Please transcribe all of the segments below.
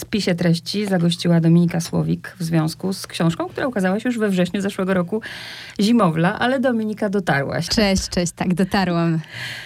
wpisie treści zagościła Dominika Słowik w związku z książką, która ukazała się już we wrześniu zeszłego roku, Zimowla, ale Dominika, dotarłaś. Cześć, tak, dotarłam.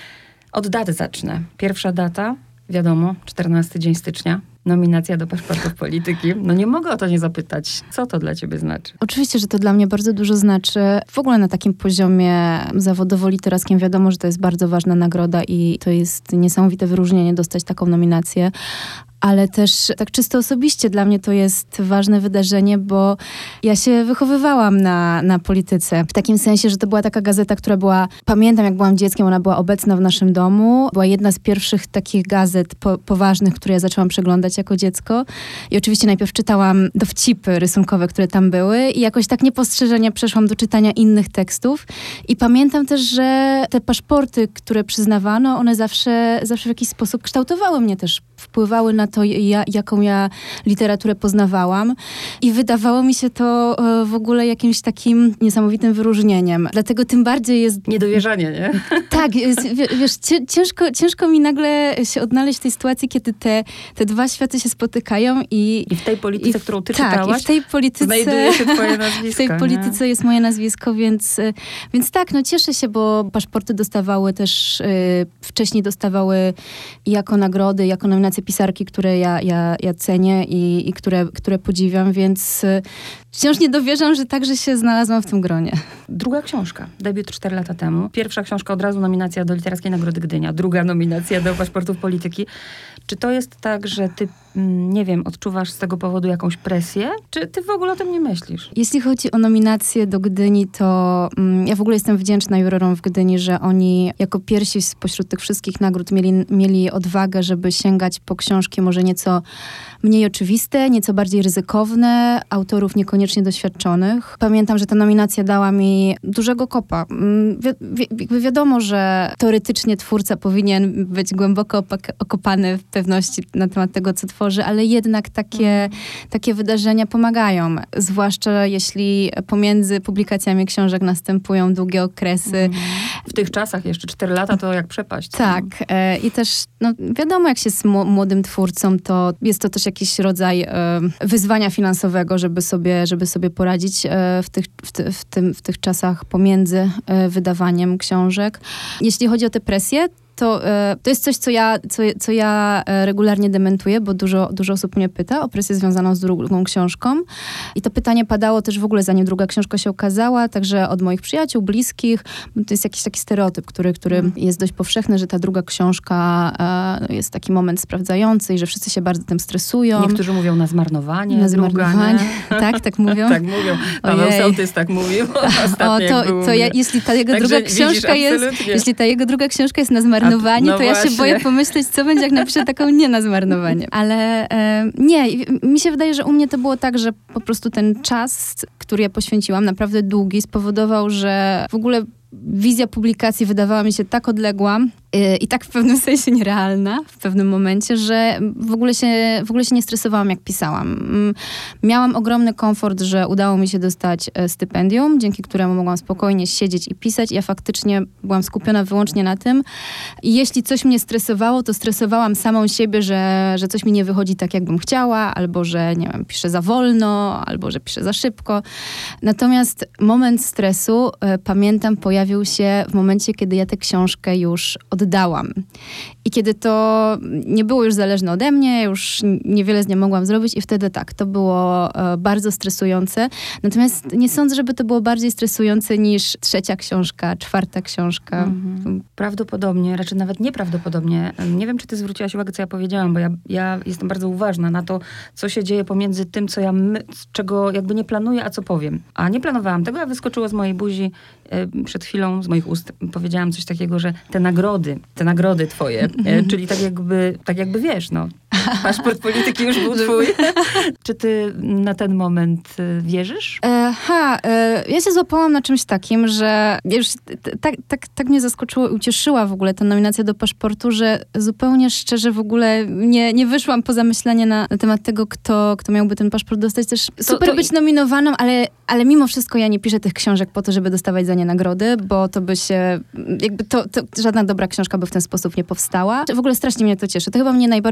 Od daty zacznę. Pierwsza data, wiadomo, 14 dzień stycznia. Nominacja do paszportów polityki. No nie mogę o to nie zapytać. Co to dla ciebie znaczy? Oczywiście, że to dla mnie bardzo dużo znaczy. W ogóle na takim poziomie zawodowo-literackim wiadomo, że to jest bardzo ważna nagroda i to jest niesamowite wyróżnienie dostać taką nominację. Ale też tak czysto osobiście dla mnie to jest ważne wydarzenie, bo ja się wychowywałam na polityce. W takim sensie, że to była taka gazeta, która była, pamiętam jak byłam dzieckiem, ona była obecna w naszym domu. Była jedna z pierwszych takich gazet poważnych, które ja zaczęłam przeglądać jako dziecko. I oczywiście najpierw czytałam dowcipy rysunkowe, które tam były i jakoś tak niepostrzeżenie przeszłam do czytania innych tekstów. I pamiętam też, że te paszporty, które przyznawano, one zawsze w jakiś sposób kształtowały mnie też, wpływały na to, jaką ja literaturę poznawałam. I wydawało mi się to w ogóle jakimś takim niesamowitym wyróżnieniem. Dlatego tym bardziej jest... Niedowierzanie, nie? Tak, wiesz, ciężko mi nagle się odnaleźć w tej sytuacji, kiedy te dwa światy się spotykają i w tej polityce, którą ty czytałaś, i w tej polityce znajduje się twoje nazwisko. W tej polityce jest moje nazwisko, więc tak, no cieszę się, bo paszporty dostawały też, wcześniej dostawały jako nagrody, jako nominacje pisarki, które ja cenię i które podziwiam, więc wciąż nie dowierzam, że także się znalazłam w tym gronie. Druga książka, debiut 4 lata temu. Pierwsza książka, od razu nominacja do Literackiej Nagrody Gdynia. Druga nominacja do Paszportów Polityki. Czy to jest tak, że ty, nie wiem, odczuwasz z tego powodu jakąś presję? Czy ty w ogóle o tym nie myślisz? Jeśli chodzi o nominację do Gdyni, to ja w ogóle jestem wdzięczna jurorom w Gdyni, że oni jako pierwsi spośród tych wszystkich nagród mieli odwagę, żeby sięgać po książki może nieco mniej oczywiste, nieco bardziej ryzykowne, autorów niekoniecznie doświadczonych. Pamiętam, że ta nominacja dała mi dużego kopa. Wiadomo, że teoretycznie twórca powinien być głęboko okopany w pewności na temat tego, co tworzy, ale jednak takie wydarzenia pomagają. Zwłaszcza jeśli pomiędzy publikacjami książek następują długie okresy. W tych czasach jeszcze 4 lata to jak przepaść. Tak. I też wiadomo, jak się jest młodym twórcą, to jest to też jakiś rodzaj wyzwania finansowego, żeby sobie poradzić w tych czasach pomiędzy wydawaniem książek. Jeśli chodzi o tę presję, to jest coś, co ja regularnie dementuję, bo dużo osób mnie pyta o presję związaną z drugą książką. I to pytanie padało też w ogóle, zanim druga książka się ukazała, także od moich przyjaciół, bliskich. To jest jakiś taki stereotyp, który jest dość powszechny, że ta druga książka jest taki moment sprawdzający i że wszyscy się bardzo tym stresują. Niektórzy mówią na zmarnowanie. Na zmarnowanie. Tak mówią? Tak mówią. Paweł Sołtys tak mówił. Jeśli ta jego druga książka jeśli ta jego druga książka jest na zmarnowanie, to ja się boję pomyśleć, co będzie, jak napiszę taką nie na zmarnowanie. Ale nie, mi się wydaje, że u mnie to było tak, że po prostu ten czas, który ja poświęciłam, naprawdę długi, spowodował, że w ogóle wizja publikacji wydawała mi się tak odległa i tak w pewnym sensie nierealna w pewnym momencie, że w ogóle się nie stresowałam, jak pisałam. Miałam ogromny komfort, że udało mi się dostać stypendium, dzięki któremu mogłam spokojnie siedzieć i pisać. Ja faktycznie byłam skupiona wyłącznie na tym. I jeśli coś mnie stresowało, to stresowałam samą siebie, że coś mi nie wychodzi tak, jakbym chciała, albo że, nie wiem, piszę za wolno, albo że piszę za szybko. Natomiast moment stresu, pamiętam, pojawił się w momencie, kiedy ja tę książkę już oddałam. I kiedy to nie było już zależne ode mnie, już niewiele z nią mogłam zrobić i wtedy tak, to było bardzo stresujące. Natomiast nie sądzę, żeby to było bardziej stresujące niż 3. książka, 4. książka. Prawdopodobnie, raczej nawet nieprawdopodobnie. Nie wiem, czy ty zwróciłaś uwagę, co ja powiedziałam, bo ja jestem bardzo uważna na to, co się dzieje pomiędzy tym, czego jakby nie planuję, a co powiem. A nie planowałam tego, a wyskoczyło z mojej buzi przed chwilą, z moich ust powiedziałam coś takiego, że te nagrody twoje, czyli tak jakby wiesz, paszport polityki już był twój. Czy ty na ten moment wierzysz? Ja się złapałam na czymś takim, że już tak mnie zaskoczyło i ucieszyła w ogóle ta nominacja do paszportu, że zupełnie szczerze w ogóle nie wyszłam poza myślenie na temat tego, kto miałby ten paszport dostać. Też super być nominowaną, ale mimo wszystko ja nie piszę tych książek po to, żeby dostawać za nie nagrody, bo to by się, jakby to żadna dobra książka by w ten sposób nie powstała. W ogóle strasznie mnie to cieszy. To chyba mnie najbardziej cieszy ze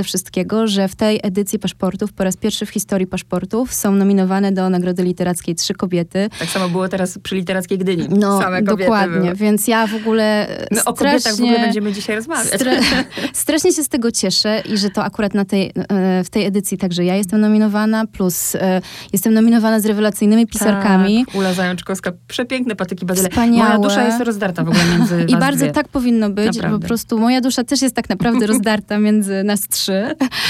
wszystkiego, że w tej edycji Paszportów, po raz pierwszy w historii Paszportów, są nominowane do Nagrody Literackiej 3 kobiety. Tak samo było teraz przy Literackiej Gdyni. Same kobiety dokładnie. były. Więc ja w ogóle o kobietach w ogóle będziemy dzisiaj rozmawiać. Strasznie się z tego cieszę i że to akurat w tej edycji także ja jestem nominowana, plus jestem nominowana z rewelacyjnymi pisarkami. Tak, Ula Zajączkowska, przepiękne patyki Bazylej. Wspaniałe. Moja dusza jest rozdarta w ogóle między I bardzo dwie. tak powinno być, Naprawdę. po prostu moja dusza też jest tak naprawdę rozdarta między nas 3.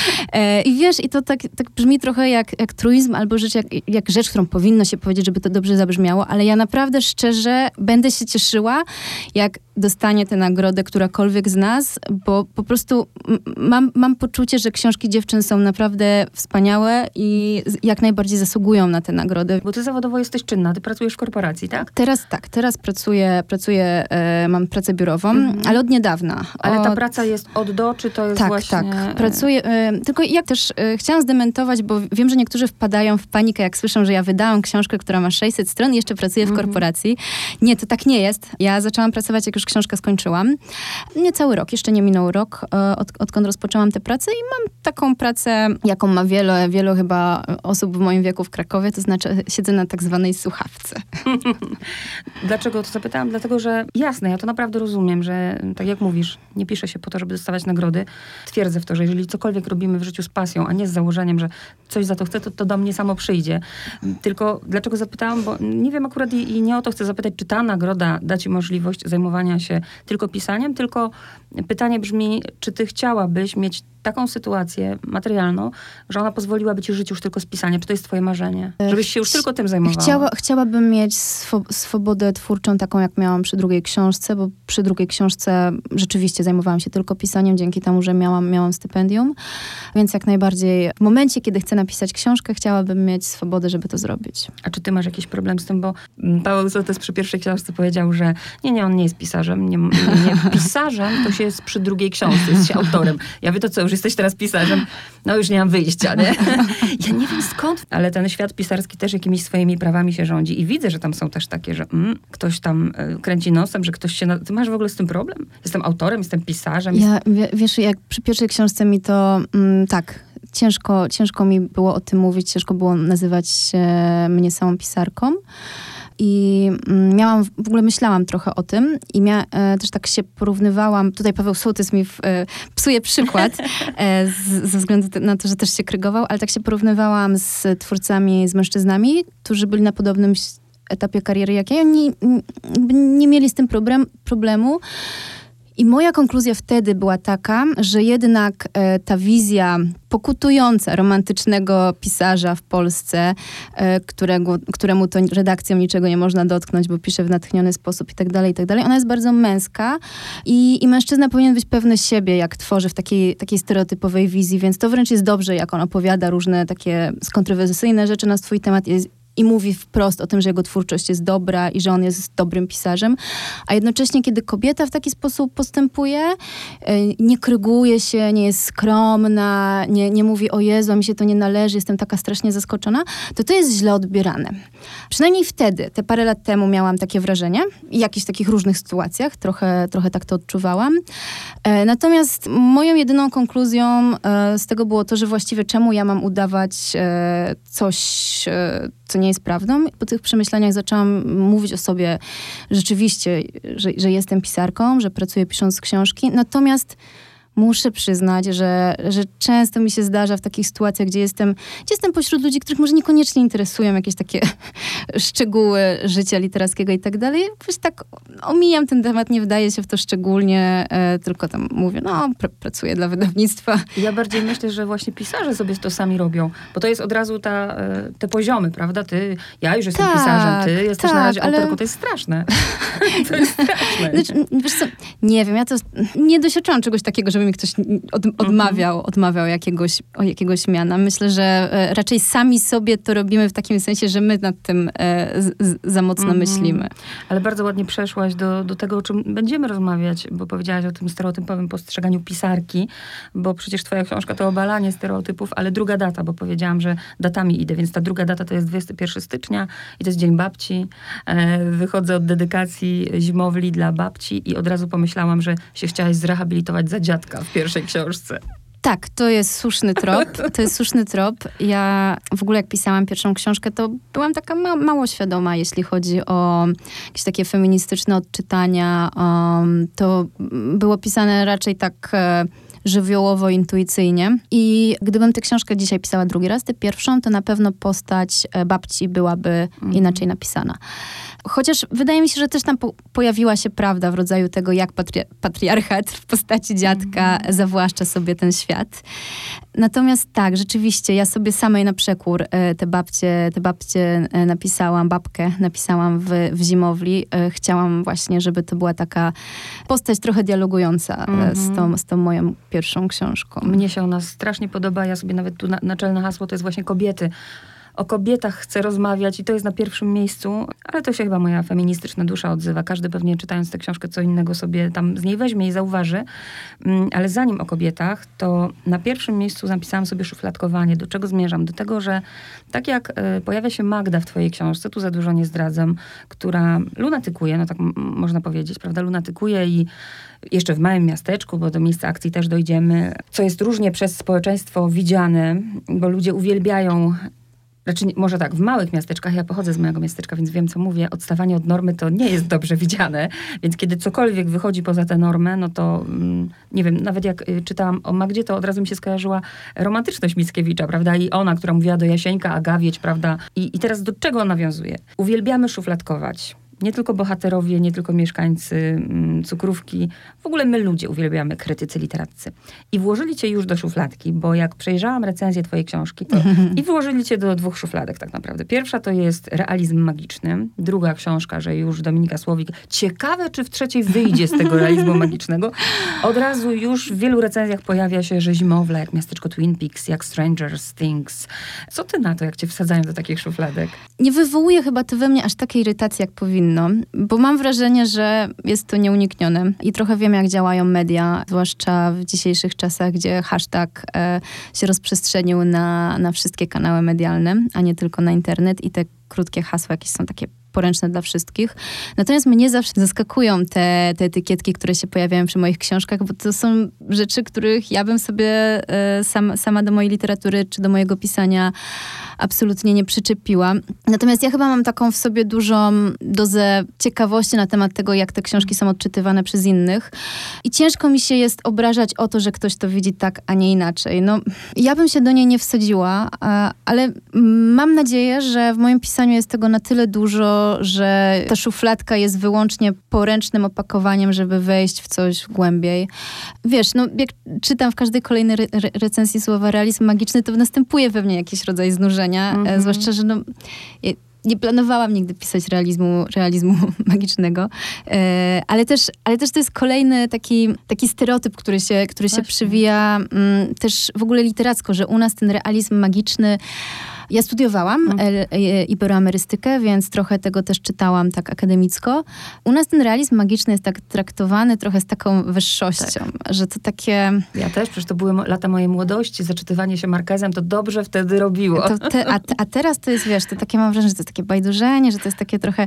I wiesz, i to tak brzmi trochę jak truizm, albo rzecz, jak rzecz, którą powinno się powiedzieć, żeby to dobrze zabrzmiało, ale ja naprawdę szczerze będę się cieszyła, jak dostanie tę nagrodę którakolwiek z nas, bo po prostu mam poczucie, że książki dziewczyn są naprawdę wspaniałe i jak najbardziej zasługują na tę nagrodę. Bo ty zawodowo jesteś czynna, ty pracujesz w korporacji, tak? Teraz pracuję, mam pracę biurową, ale od niedawna. Ale ta praca jest od do, czy to jest właśnie... Tak, pracuję, tylko ja też chciałam zdementować, bo wiem, że niektórzy wpadają w panikę, jak słyszą, że ja wydałam książkę, która ma 600 stron i jeszcze pracuję w korporacji. Nie, to tak nie jest. Ja zaczęłam pracować, jak już książkę skończyłam. Niecały rok, jeszcze nie minął rok, odkąd rozpoczęłam tę pracę i mam taką pracę, jaką ma wielu chyba osób w moim wieku w Krakowie, to znaczy siedzę na tak zwanej słuchawce. Dlaczego to zapytałam? Dlatego, że jasne, ja to naprawdę rozumiem, że tak jak mówisz, nie pisze się po to, żeby dostawać nagrody. Twierdzę w to, że jeżeli cokolwiek robimy w życiu z pasją, a nie z założeniem, że coś za to chcę, to do mnie samo przyjdzie. Tylko dlaczego zapytałam? Bo nie wiem akurat i nie o to chcę zapytać, czy ta nagroda da ci możliwość zajmowania się tylko pisaniem, tylko pytanie brzmi, czy ty chciałabyś mieć taką sytuację materialną, że ona pozwoliłaby ci żyć już tylko z pisaniem. Czy to jest twoje marzenie? Żebyś się już tylko tym zajmowała? Chciałabym mieć swobodę twórczą taką, jak miałam przy drugiej książce, bo przy drugiej książce rzeczywiście zajmowałam się tylko pisaniem, dzięki temu, że miałam stypendium. Więc jak najbardziej w momencie, kiedy chcę napisać książkę, chciałabym mieć swobodę, żeby to zrobić. A czy ty masz jakiś problem z tym? Bo Paweł Sotes przy pierwszej książce powiedział, że nie, on nie jest pisarzem. Nie, pisarzem to się jest przy drugiej książce, jest się autorem. Ja wiem, to co, już jesteś teraz pisarzem? No już nie mam wyjścia, nie? Ja nie wiem skąd, ale ten świat pisarski też jakimiś swoimi prawami się rządzi i widzę, że tam są też takie, że ktoś tam kręci nosem, że ktoś się... Ty masz w ogóle z tym problem? Jestem autorem, jestem pisarzem. Wiesz, jak przy pierwszej książce mi to... tak, ciężko mi było o tym mówić, ciężko było nazywać mnie samą pisarką. I w ogóle myślałam trochę o tym i też tak się porównywałam, tutaj Paweł Sołtys mi psuje przykład ze względu na to, że też się krygował, ale tak się porównywałam z twórcami, z mężczyznami, którzy byli na podobnym etapie kariery jak ja. Oni nie mieli z tym problemu. I moja konkluzja wtedy była taka, że jednak ta pokutująca romantycznego pisarza w Polsce, któremu to redakcją niczego nie można dotknąć, bo pisze w natchniony sposób i tak dalej, ona jest bardzo męska i mężczyzna powinien być pewny siebie, jak tworzy w takiej stereotypowej wizji, więc to wręcz jest dobrze, jak on opowiada różne takie skontrowersyjne rzeczy na swój temat i mówi wprost o tym, że jego twórczość jest dobra i że on jest dobrym pisarzem. A jednocześnie, kiedy kobieta w taki sposób postępuje, nie kryguje się, nie jest skromna, nie mówi o Jezu, a mi się to nie należy, jestem taka strasznie zaskoczona, to jest źle odbierane. Przynajmniej wtedy, te parę lat temu miałam takie wrażenie i w jakichś takich różnych sytuacjach, trochę tak to odczuwałam. Natomiast moją jedyną konkluzją z tego było to, że właściwie czemu ja mam udawać coś, co nie jest prawdą. Po tych przemyśleniach zaczęłam mówić o sobie rzeczywiście, że jestem pisarką, że pracuję pisząc książki. Natomiast muszę przyznać, że często mi się zdarza w takich sytuacjach, gdzie jestem pośród ludzi, których może niekoniecznie interesują jakieś takie szczegóły życia literackiego i tak dalej. Jakoś tak omijam ten temat, nie wdaję się w to szczególnie, tylko tam mówię, pracuję dla wydawnictwa. Ja bardziej myślę, że właśnie pisarze sobie to sami robią, bo to jest od razu te poziomy, prawda? Ja już jestem pisarzem, ty jesteś na razie autorką, to jest straszne. To jest straszne. Znaczy, wiesz co, nie wiem, ja to nie doświadczyłam czegoś takiego, żeby mi ktoś odmawiał jakiegoś miana. Myślę, że raczej sami sobie to robimy w takim sensie, że my nad tym za mocno myślimy. Ale bardzo ładnie przeszłaś do tego, o czym będziemy rozmawiać, bo powiedziałaś o tym stereotypowym postrzeganiu pisarki, bo przecież twoja książka to obalanie stereotypów, ale druga data, bo powiedziałam, że datami idę, więc ta druga data to jest 21 stycznia i to jest Dzień Babci. Wychodzę od dedykacji zimowli dla babci i od razu pomyślałam, że się chciałaś zrehabilitować za dziadka w pierwszej książce. Tak, to jest słuszny trop. Ja w ogóle jak pisałam pierwszą książkę, to byłam taka mało świadoma, jeśli chodzi o jakieś takie feministyczne odczytania. To było pisane raczej tak żywiołowo, intuicyjnie. I gdybym tę książkę dzisiaj pisała drugi raz, tę pierwszą, to na pewno postać babci byłaby inaczej napisana. Chociaż wydaje mi się, że też tam pojawiła się prawda w rodzaju tego, jak patriarchat w postaci dziadka zawłaszcza sobie ten świat. Natomiast tak, rzeczywiście, ja sobie samej na przekór tę babcię babkę napisałam w Zimowli. Chciałam właśnie, żeby to była taka postać trochę dialogująca z tą moją pierwszą książką. Mnie się ona strasznie podoba. Ja sobie nawet tu naczelne hasło to jest właśnie kobiety. O kobietach chcę rozmawiać i to jest na pierwszym miejscu, ale to się chyba moja feministyczna dusza odzywa. Każdy pewnie czytając tę książkę co innego sobie tam z niej weźmie i zauważy. Ale zanim o kobietach, to na pierwszym miejscu napisałam sobie szufladkowanie. Do czego zmierzam? Do tego, że tak jak pojawia się Magda w twojej książce, tu za dużo nie zdradzam, która lunatykuje, no tak można powiedzieć, prawda? Lunatykuje i jeszcze w małym miasteczku, bo do miejsca akcji też dojdziemy, co jest różnie przez społeczeństwo widziane, bo ludzie uwielbiają. Znaczy, może tak, w małych miasteczkach, ja pochodzę z małego miasteczka, więc wiem, co mówię, odstawanie od normy to nie jest dobrze widziane, więc kiedy cokolwiek wychodzi poza tę normę, no to nie wiem, nawet jak czytałam o Magdzie, to od razu mi się skojarzyła romantyczność Mickiewicza, prawda, i ona, która mówiła do Jasieńka, a gawieć, prawda, i teraz do czego on nawiązuje? Uwielbiamy szufladkować. Nie tylko bohaterowie, nie tylko mieszkańcy Cukrówki. W ogóle my ludzie uwielbiamy, krytycy, literaccy. I włożyli cię już do szufladki, bo jak przejrzałam recenzję twojej książki, to i włożyli cię do 2 szufladek tak naprawdę. Pierwsza to jest realizm magiczny. Druga książka, że już Dominika Słowik. Ciekawe, czy w trzeciej wyjdzie z tego realizmu magicznego. Od razu już w wielu recenzjach pojawia się, że Zimowla, jak miasteczko Twin Peaks, jak Stranger Things. Co ty na to, jak cię wsadzają do takich szufladek? Nie wywołuje chyba to we mnie aż takiej irytacji, jak powinno. Bo mam wrażenie, że jest to nieuniknione i trochę wiem, jak działają media, zwłaszcza w dzisiejszych czasach, gdzie hashtag się rozprzestrzenił na wszystkie kanały medialne, a nie tylko na internet i te krótkie hasła jakieś są takie poręczne dla wszystkich. Natomiast mnie zawsze zaskakują te etykietki, które się pojawiają przy moich książkach, bo to są rzeczy, których ja bym sobie sama do mojej literatury czy do mojego pisania absolutnie nie przyczepiła. Natomiast ja chyba mam taką w sobie dużą dozę ciekawości na temat tego, jak te książki są odczytywane przez innych. I ciężko mi się jest obrażać o to, że ktoś to widzi tak, a nie inaczej. No, ja bym się do niej nie wsadziła, ale mam nadzieję, że w moim pisaniu jest tego na tyle dużo, że ta szufladka jest wyłącznie poręcznym opakowaniem, żeby wejść w coś głębiej. Wiesz, no jak czytam w każdej kolejnej recenzji słowa realizm magiczny, to następuje we mnie jakiś rodzaj znużenia. Zwłaszcza, że nie planowałam nigdy pisać realizmu magicznego, ale też to jest kolejny taki stereotyp, który się przywija też w ogóle literacko, że u nas ten realizm magiczny. Ja studiowałam iberoamerystykę, więc trochę tego też czytałam tak akademicko. U nas ten realizm magiczny jest tak traktowany trochę z taką wyższością, że to takie... Ja też, przecież to były lata mojej młodości, zaczytywanie się Marquezem, to dobrze wtedy robiło. A teraz to jest, wiesz, to takie mam wrażenie, że to jest takie bajdurzenie, że to jest takie trochę,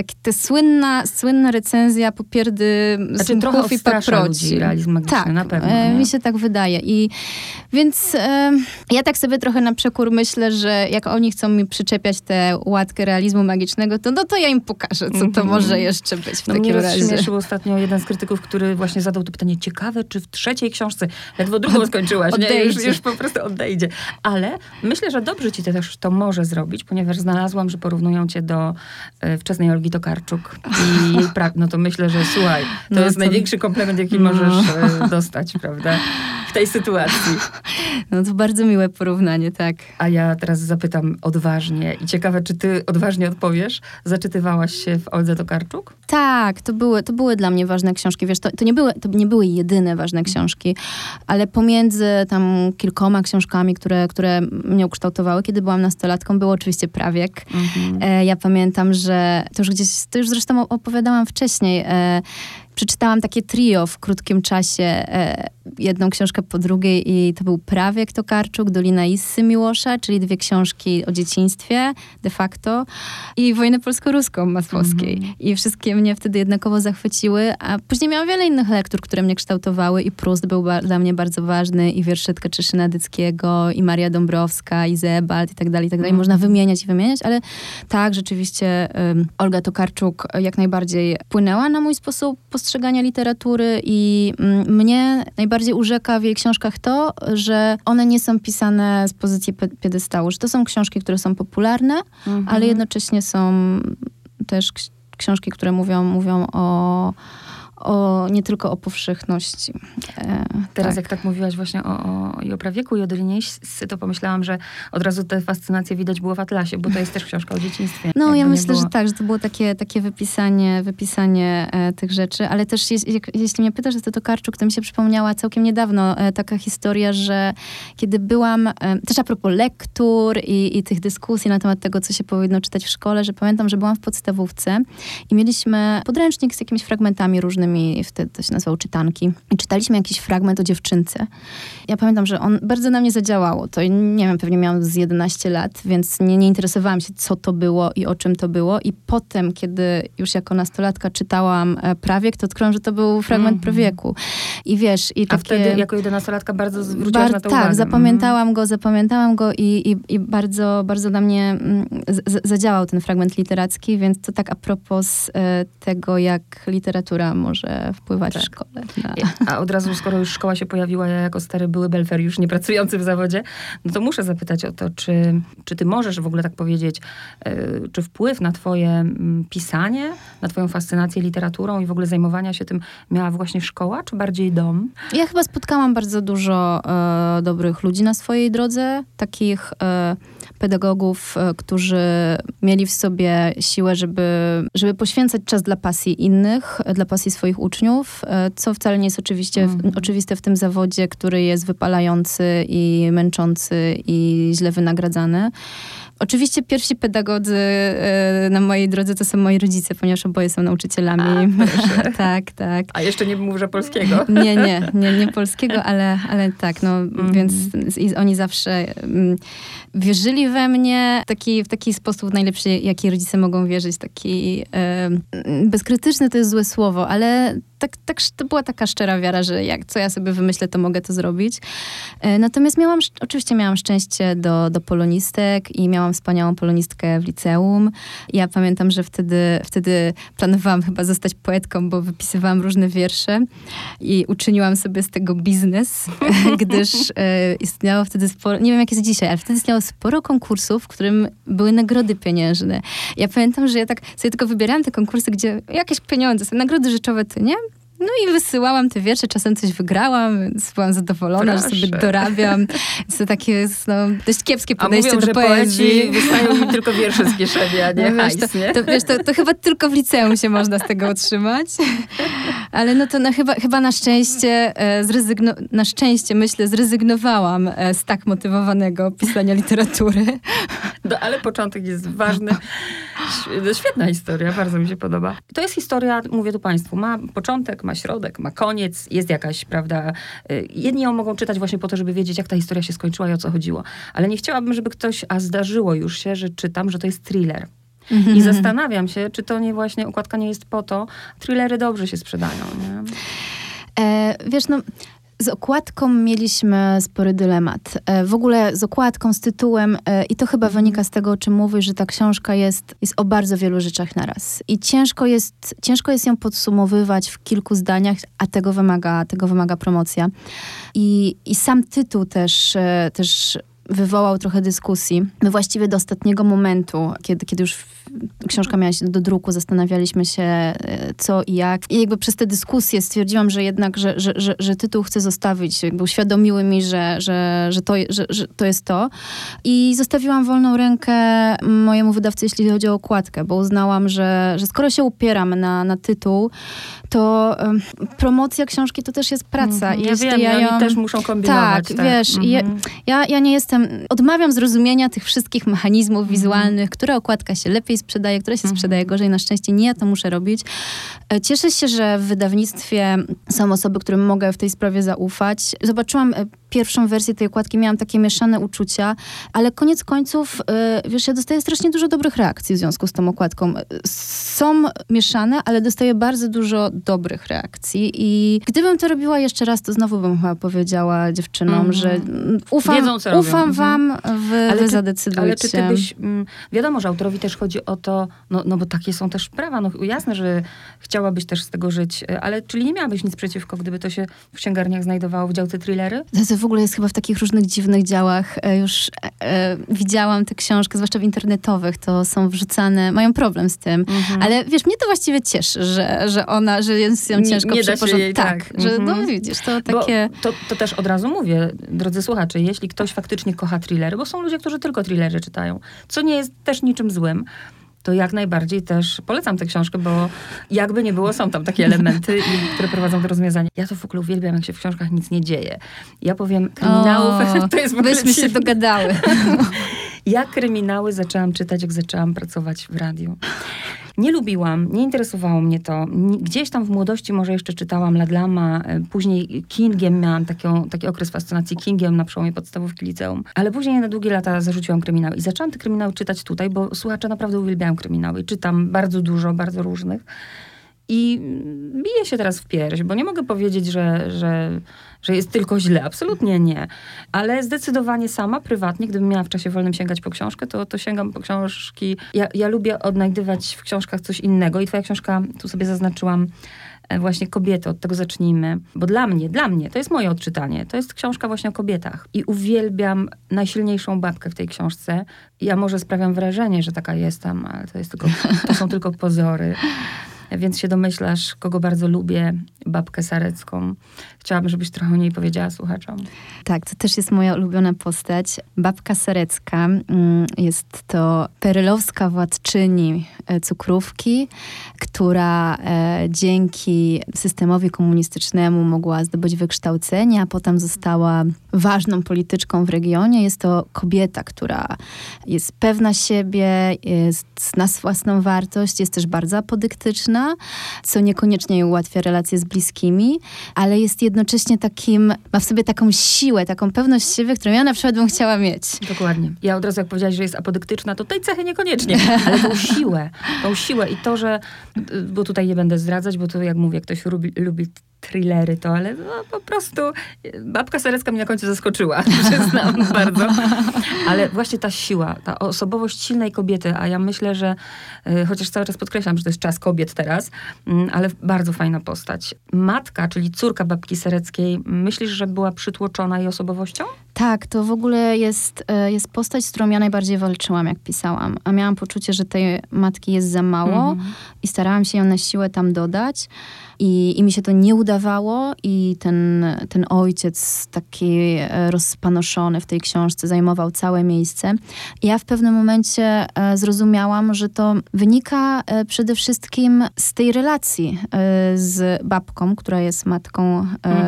słynna recenzja popierdy smutków i paproci. Realizm magiczny, tak, na pewno. Mi się tak wydaje. Więc ja tak sobie trochę na przekór myślę, że jak oni chcą mi przyczepiać tę łatkę realizmu magicznego, to ja im pokażę, co to może jeszcze być w takim razie. Mnie rozśmieszył ostatnio jeden z krytyków, który właśnie zadał to pytanie, ciekawe, czy w trzeciej książce, ledwo drugą skończyłaś, nie? Już po prostu odejdzie. Ale myślę, że dobrze ci też to może zrobić, ponieważ znalazłam, że porównują cię do wczesnej Olgi Tokarczuk i jej no to myślę, że słuchaj, to jest największy komplement, jaki możesz dostać, prawda? W tej sytuacji. No to bardzo miłe porównanie, tak. A ja teraz zapytam odważnie i ciekawe, czy ty odważnie odpowiesz? Zaczytywałaś się w Oldze Tokarczuk? Tak, to były dla mnie ważne książki. Wiesz, to nie były jedyne ważne książki, ale pomiędzy tam kilkoma książkami, które mnie ukształtowały, kiedy byłam nastolatką, był oczywiście Prawiek. Ja pamiętam, że to już zresztą opowiadałam wcześniej, przeczytałam takie trio w krótkim czasie, jedną książkę po drugiej i to był Prawiek Tokarczuk, Dolina Issy Miłosza, czyli 2 książki o dzieciństwie de facto i Wojnę polsko-ruską Masłowskiej. I wszystkie mnie wtedy jednakowo zachwyciły, a później miałam wiele innych lektur, które mnie kształtowały i Prust był dla mnie bardzo ważny i wiersze Tkacz-Szyszyna Dyckiego i Maria Dąbrowska i Zebald i tak dalej, i tak dalej. Można wymieniać, ale tak, rzeczywiście Olga Tokarczuk jak najbardziej wpłynęła na mój sposób postrzegania literatury i mnie najbardziej urzeka w jej książkach to, że one nie są pisane z pozycji piedestału, że to są książki, które są popularne, ale jednocześnie są też książki, które mówią nie tylko o powszechności. Teraz jak tak mówiłaś właśnie o Prawieku i o Dolinie Issy, to pomyślałam, że od razu tę fascynację widać było w Atlasie, bo to jest też książka o dzieciństwie. No ja myślę, że tak, że to było takie wypisanie tych rzeczy, ale też jeśli mnie pytasz, to Tokarczuk, to mi się przypomniała całkiem niedawno taka historia, że kiedy byłam, też a propos lektur i tych dyskusji na temat tego, co się powinno czytać w szkole, że pamiętam, że byłam w podstawówce i mieliśmy podręcznik z jakimiś fragmentami różnymi, wtedy to się nazywało czytanki. I czytaliśmy jakiś fragment o dziewczynce. Ja pamiętam, że on bardzo na mnie zadziałało. To nie wiem, pewnie miałam z 11 lat, więc nie interesowałam się, co to było i o czym to było. I potem, kiedy już jako nastolatka czytałam Prawiek, to odkryłam, że to był fragment Prawieku. I wiesz, i takie... A wtedy jako 11-latka bardzo zwróciłaś na to uwagę. Tak, zapamiętałam go i bardzo, bardzo na mnie zadziałał ten fragment literacki, więc to tak a propos tego, jak literatura może wpływać w szkole. A od razu, skoro już szkoła się pojawiła, ja jako stary były belferiusz nie pracujący w zawodzie, no to muszę zapytać o to, czy ty możesz w ogóle tak powiedzieć, czy wpływ na twoje pisanie, na twoją fascynację literaturą i w ogóle zajmowania się tym miała właśnie szkoła, czy bardziej dom? Ja chyba spotkałam bardzo dużo dobrych ludzi na swojej drodze, takich pedagogów, którzy mieli w sobie siłę, żeby poświęcać czas dla pasji innych, dla pasji swoich uczniów, co wcale nie jest oczywiste w tym zawodzie, który jest wypalający i męczący i źle wynagradzany. Oczywiście pierwsi pedagodzy na mojej drodze to są moi rodzice, ponieważ oboje są nauczycielami. Tak. A jeszcze nie mów, że polskiego. Nie polskiego, ale tak, no więc oni zawsze wierzyli we mnie w taki sposób najlepszy, jaki rodzice mogą wierzyć, taki bezkrytyczny to jest złe słowo, ale to była taka szczera wiara, że co ja sobie wymyślę, to mogę to zrobić. Natomiast oczywiście miałam szczęście do polonistek i miałam wspaniałą polonistkę w liceum. Ja pamiętam, że wtedy planowałam chyba zostać poetką, bo wypisywałam różne wiersze i uczyniłam sobie z tego biznes, gdyż istniało wtedy sporo, nie wiem jak jest dzisiaj, ale wtedy istniało sporo konkursów, w którym były nagrody pieniężne. Ja pamiętam, że ja tak sobie tylko wybierałam te konkursy, gdzie jakieś pieniądze są, nagrody rzeczowe to nie. No i wysyłałam te wiersze, czasem coś wygrałam, więc byłam zadowolona, że sobie dorabiam. To takie jest dość kiepskie podejście do poezji. Poeci wystają im tylko wiersze z kieszeni, a nie hajs, nie? To chyba tylko w liceum się można z tego utrzymać. Ale no to chyba na szczęście zrezygnowałam z tak motywowanego pisania literatury. No, ale początek jest ważny. Świetna historia, bardzo mi się podoba. To jest historia, mówię tu państwu, ma początek, ma środek, ma koniec, jest jakaś, prawda, jedni ją mogą czytać właśnie po to, żeby wiedzieć, jak ta historia się skończyła i o co chodziło. Ale nie chciałabym, żeby ktoś, a zdarzyło już się, że czytam, że to jest thriller. I zastanawiam się, czy to nie właśnie, okładka nie jest po to. Thrillery dobrze się sprzedają, nie? Wiesz, z okładką mieliśmy spory dylemat. W ogóle z okładką, z tytułem i to chyba wynika z tego, o czym mówisz, że ta książka jest o bardzo wielu rzeczach naraz. I ciężko jest ją podsumowywać w kilku zdaniach, a tego wymaga promocja. I sam tytuł też wywołał trochę dyskusji. My właściwie do ostatniego momentu, kiedy już książka miała się do druku, zastanawialiśmy się co i jak. I jakby przez te dyskusje stwierdziłam, że jednak, że tytuł chcę zostawić. Jakby uświadomiły mi, że to jest to. I zostawiłam wolną rękę mojemu wydawcy, jeśli chodzi o okładkę, bo uznałam, że skoro się upieram na tytuł, to promocja książki to też jest praca. I oni też muszą kombinować. Tak, wiesz, ja nie jestem... Odmawiam zrozumienia tych wszystkich mechanizmów wizualnych, która okładka się lepiej sprzedaje, która się sprzedaje gorzej. Na szczęście nie, ja to muszę robić. Cieszę się, że w wydawnictwie są osoby, którym mogę w tej sprawie zaufać. Zobaczyłam pierwszą wersję tej okładki, miałam takie mieszane uczucia, ale koniec końców, wiesz, ja dostaję strasznie dużo dobrych reakcji w związku z tą okładką. Są mieszane, ale dostaję bardzo dużo dobrych reakcji i gdybym to robiła jeszcze raz, to znowu bym chyba powiedziała dziewczynom, że ufam wam, wy zadecydujcie. Ale czy ty byś, wiadomo, że autorowi też chodzi o to, no bo takie są też prawa, no jasne, że chciałabyś też z tego żyć, ale czyli nie miałabyś nic przeciwko, gdyby to się w księgarniach znajdowało w działce thrillery? To w ogóle jest chyba w takich różnych dziwnych działach. Już widziałam tę książkę, zwłaszcza w internetowych, to są wrzucane, mają problem z tym. Ale wiesz, mnie to właściwie cieszy, że jest ją ciężko przeporządkować. Tak, że no widzisz, to takie... To też od razu mówię, drodzy słuchacze, jeśli ktoś faktycznie kocha thrillery, bo są ludzie, którzy tylko thrillery czytają, co nie jest też niczym złym, to jak najbardziej też polecam tę książkę, bo jakby nie było, są tam takie elementy, które prowadzą do rozwiązania. Ja to w ogóle uwielbiam, jak się w książkach nic nie dzieje. Ja powiem, kryminałów to jest w ogóle... Byśmy się dogadały. Ja kryminały zaczęłam czytać, jak zaczęłam pracować w radiu. Nie lubiłam, nie interesowało mnie to. Gdzieś tam w młodości może jeszcze czytałam Ladlama, później Kingiem miałam taki okres fascynacji Kingiem na przełomie podstawówki liceum. Ale później na długie lata zarzuciłam kryminały i zaczęłam te kryminały czytać tutaj, bo słuchacze naprawdę uwielbiają kryminały. Czytam bardzo dużo, bardzo różnych. I biję się teraz w pierś, bo nie mogę powiedzieć, że jest tylko źle. Absolutnie nie. Ale zdecydowanie sama, prywatnie, gdybym miała w czasie wolnym sięgać po książkę, to sięgam po książki. Ja lubię odnajdywać w książkach coś innego. I twoja książka, tu sobie zaznaczyłam, właśnie Kobiety, od tego zacznijmy. Bo dla mnie, to jest moje odczytanie. To jest książka właśnie o kobietach. I uwielbiam najsilniejszą babkę w tej książce. Ja może sprawiam wrażenie, że taka jestem, ale to są tylko pozory. Więc się domyślasz, kogo bardzo lubię, babkę Sarecką. Chciałabym, żebyś trochę o niej powiedziała słuchaczom. Tak, to też jest moja ulubiona postać. Babka Sarecka jest to perelowska władczyni cukrówki, która dzięki systemowi komunistycznemu mogła zdobyć wykształcenie, a potem została ważną polityczką w regionie. Jest to kobieta, która jest pewna siebie, zna własną wartość, jest też bardzo apodyktyczna, co niekoniecznie jej ułatwia relacje z bliskimi, ale jest jednocześnie ma w sobie taką siłę, taką pewność siebie, którą ja na przykład bym chciała mieć. Dokładnie. Ja od razu jak powiedziałaś, że jest apodyktyczna, to tej cechy niekoniecznie, ale tą siłę i to, że, bo tutaj nie będę zdradzać, bo to jak mówię, ktoś lubi thrillery to, ale no, po prostu babka Sarecka mnie na końcu zaskoczyła, przyznam bardzo. Ale właśnie ta siła, ta osobowość silnej kobiety, a ja myślę, że chociaż cały czas podkreślam, że to jest czas kobiet teraz, ale bardzo fajna postać. Matka, czyli córka babki Sareckiej, myślisz, że była przytłoczona jej osobowością? Tak, to w ogóle jest postać, z którą ja najbardziej walczyłam, jak pisałam. A miałam poczucie, że tej matki jest za mało i starałam się ją na siłę tam dodać. I mi się to nie udawało i ten ojciec taki rozpanoszony w tej książce zajmował całe miejsce. I ja w pewnym momencie zrozumiałam, że to wynika przede wszystkim z tej relacji z babką, która jest matką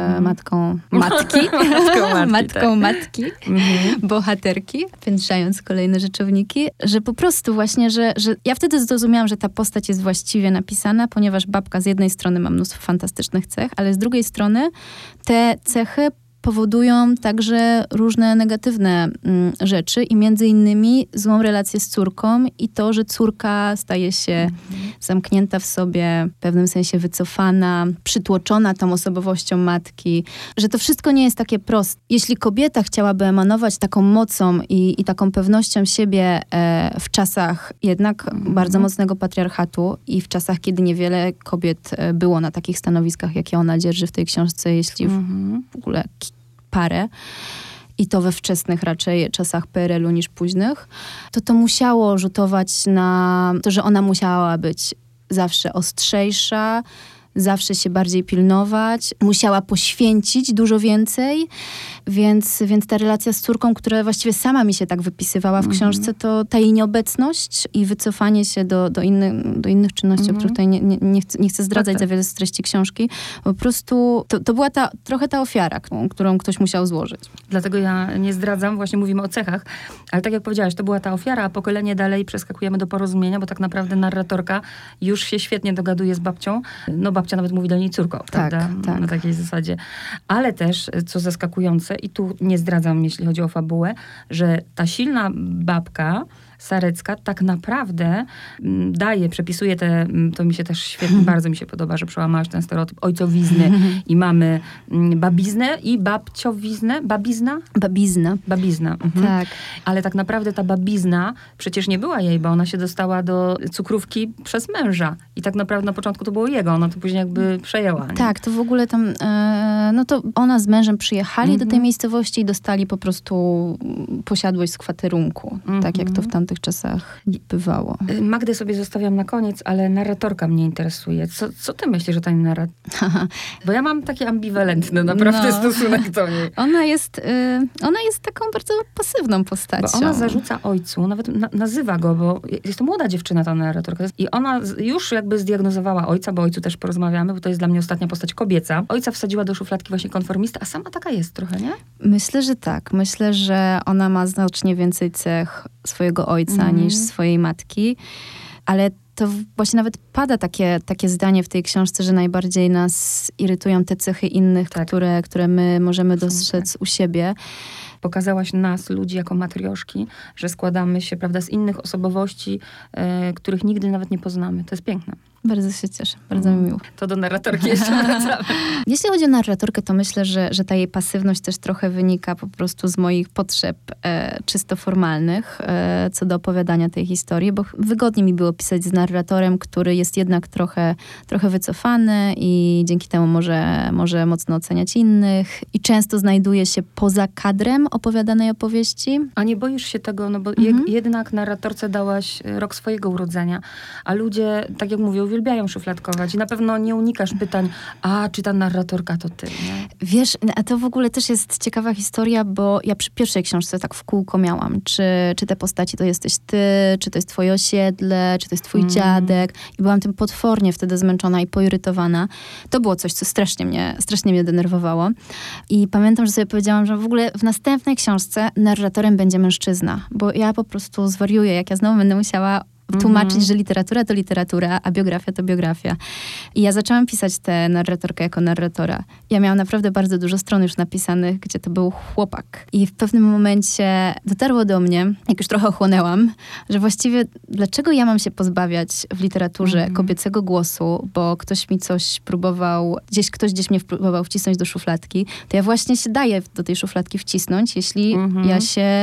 matki, bohaterki, piętrzając kolejne rzeczowniki, że po prostu właśnie, że ja wtedy zrozumiałam, że ta postać jest właściwie napisana, ponieważ babka z jednej strony ma mnóstwo fantastycznych cech, ale z drugiej strony te cechy powodują także różne negatywne rzeczy i między innymi złą relację z córką i to, że córka staje się zamknięta w sobie, w pewnym sensie wycofana, przytłoczona tą osobowością matki, że to wszystko nie jest takie proste. Jeśli kobieta chciałaby emanować taką mocą i taką pewnością siebie w czasach jednak bardzo mocnego patriarchatu i w czasach, kiedy niewiele kobiet było na takich stanowiskach, jakie ona dzierży w tej książce, jeśli w ogóle parę, i to we wczesnych raczej czasach PRL-u niż późnych, to musiało rzutować na to, że ona musiała być zawsze ostrzejsza, zawsze się bardziej pilnować, musiała poświęcić dużo więcej, więc ta relacja z córką, która właściwie sama mi się tak wypisywała w książce, to ta jej nieobecność i wycofanie się do innych czynności, o których tutaj nie chcę zdradzać za wiele z treści książki. Po prostu to była trochę ta ofiara, którą ktoś musiał złożyć. Dlatego ja nie zdradzam, właśnie mówimy o cechach, ale tak jak powiedziałaś, to była ta ofiara, a pokolenie dalej przeskakujemy do porozumienia, bo tak naprawdę narratorka już się świetnie dogaduje z babcią. No babcia nawet mówi do niej córko, prawda? Tak. Na takiej zasadzie. Ale też, co zaskakujące, i tu nie zdradzam, jeśli chodzi o fabułę, że ta silna babka Sarecka tak naprawdę przepisuje to mi się też świetnie, bardzo mi się podoba, że przełamałaś ten stereotyp ojcowizny i mamy babiznę i babciowiznę, Babizna. Tak. Ale tak naprawdę ta babizna przecież nie była jej, bo ona się dostała do cukrówki przez męża. I tak naprawdę na początku to było jego, ona to później jakby przejęła. Nie? Tak, to w ogóle tam, to ona z mężem przyjechali do tej miejscowości i dostali po prostu posiadłość z kwaterunku. Tak jak to w tamtych czasach bywało. Magdę sobie zostawiam na koniec, ale narratorka mnie interesuje. Co ty myślisz o tej narratorce? Bo ja mam takie ambiwalentne naprawdę stosunek do niej. Ona jest taką bardzo pasywną postacią. Bo ona zarzuca ojcu, nawet nazywa go, bo jest to młoda dziewczyna, ta narratorka. I ona już jakby zdiagnozowała ojca, bo o ojcu też porozmawiamy, bo to jest dla mnie ostatnia postać kobieca. Ojca wsadziła do szufladki właśnie konformista, a sama taka jest trochę, nie? Myślę, że tak. Myślę, że ona ma znacznie więcej cech swojego ojca niż swojej matki. Ale to właśnie nawet pada takie zdanie w tej książce, że najbardziej nas irytują te cechy innych, które my możemy dostrzec u siebie. Pokazałaś nas, ludzi, jako matrioszki, że składamy się, prawda, z innych osobowości, których nigdy nawet nie poznamy. To jest piękne. Bardzo się cieszę, bardzo mi miło. To do narratorki jeszcze wracamy. Jeśli chodzi o narratorkę, to myślę, że ta jej pasywność też trochę wynika po prostu z moich potrzeb czysto formalnych co do opowiadania tej historii, bo wygodnie mi było pisać z narratorem, który jest jednak trochę wycofany i dzięki temu może mocno oceniać innych i często znajduje się poza kadrem opowiadanej opowieści. A nie boisz się tego, no bo jednak narratorce dałaś rok swojego urodzenia, a ludzie, tak jak mówię, uwielbiają szufladkować i na pewno nie unikasz pytań, czy ta narratorka to ty, nie? Wiesz, a to w ogóle też jest ciekawa historia, bo ja przy pierwszej książce tak w kółko miałam, czy te postaci to jesteś ty, czy to jest twoje osiedle, czy to jest twój dziadek i byłam tym potwornie wtedy zmęczona i poirytowana. To było coś, co strasznie mnie denerwowało i pamiętam, że sobie powiedziałam, że w ogóle w następnej książce narratorem będzie mężczyzna, bo ja po prostu zwariuję, jak ja znowu będę musiała tłumaczyć, że literatura to literatura, a biografia to biografia. I ja zaczęłam pisać tę narratorkę jako narratora. Ja miałam naprawdę bardzo dużo stron już napisanych, gdzie to był chłopak. I w pewnym momencie dotarło do mnie, jak już trochę ochłonęłam, że właściwie dlaczego ja mam się pozbawiać w literaturze kobiecego głosu, bo ktoś mi coś próbował, ktoś gdzieś mnie próbował wcisnąć do szufladki, to ja właśnie się daję do tej szufladki wcisnąć, jeśli ja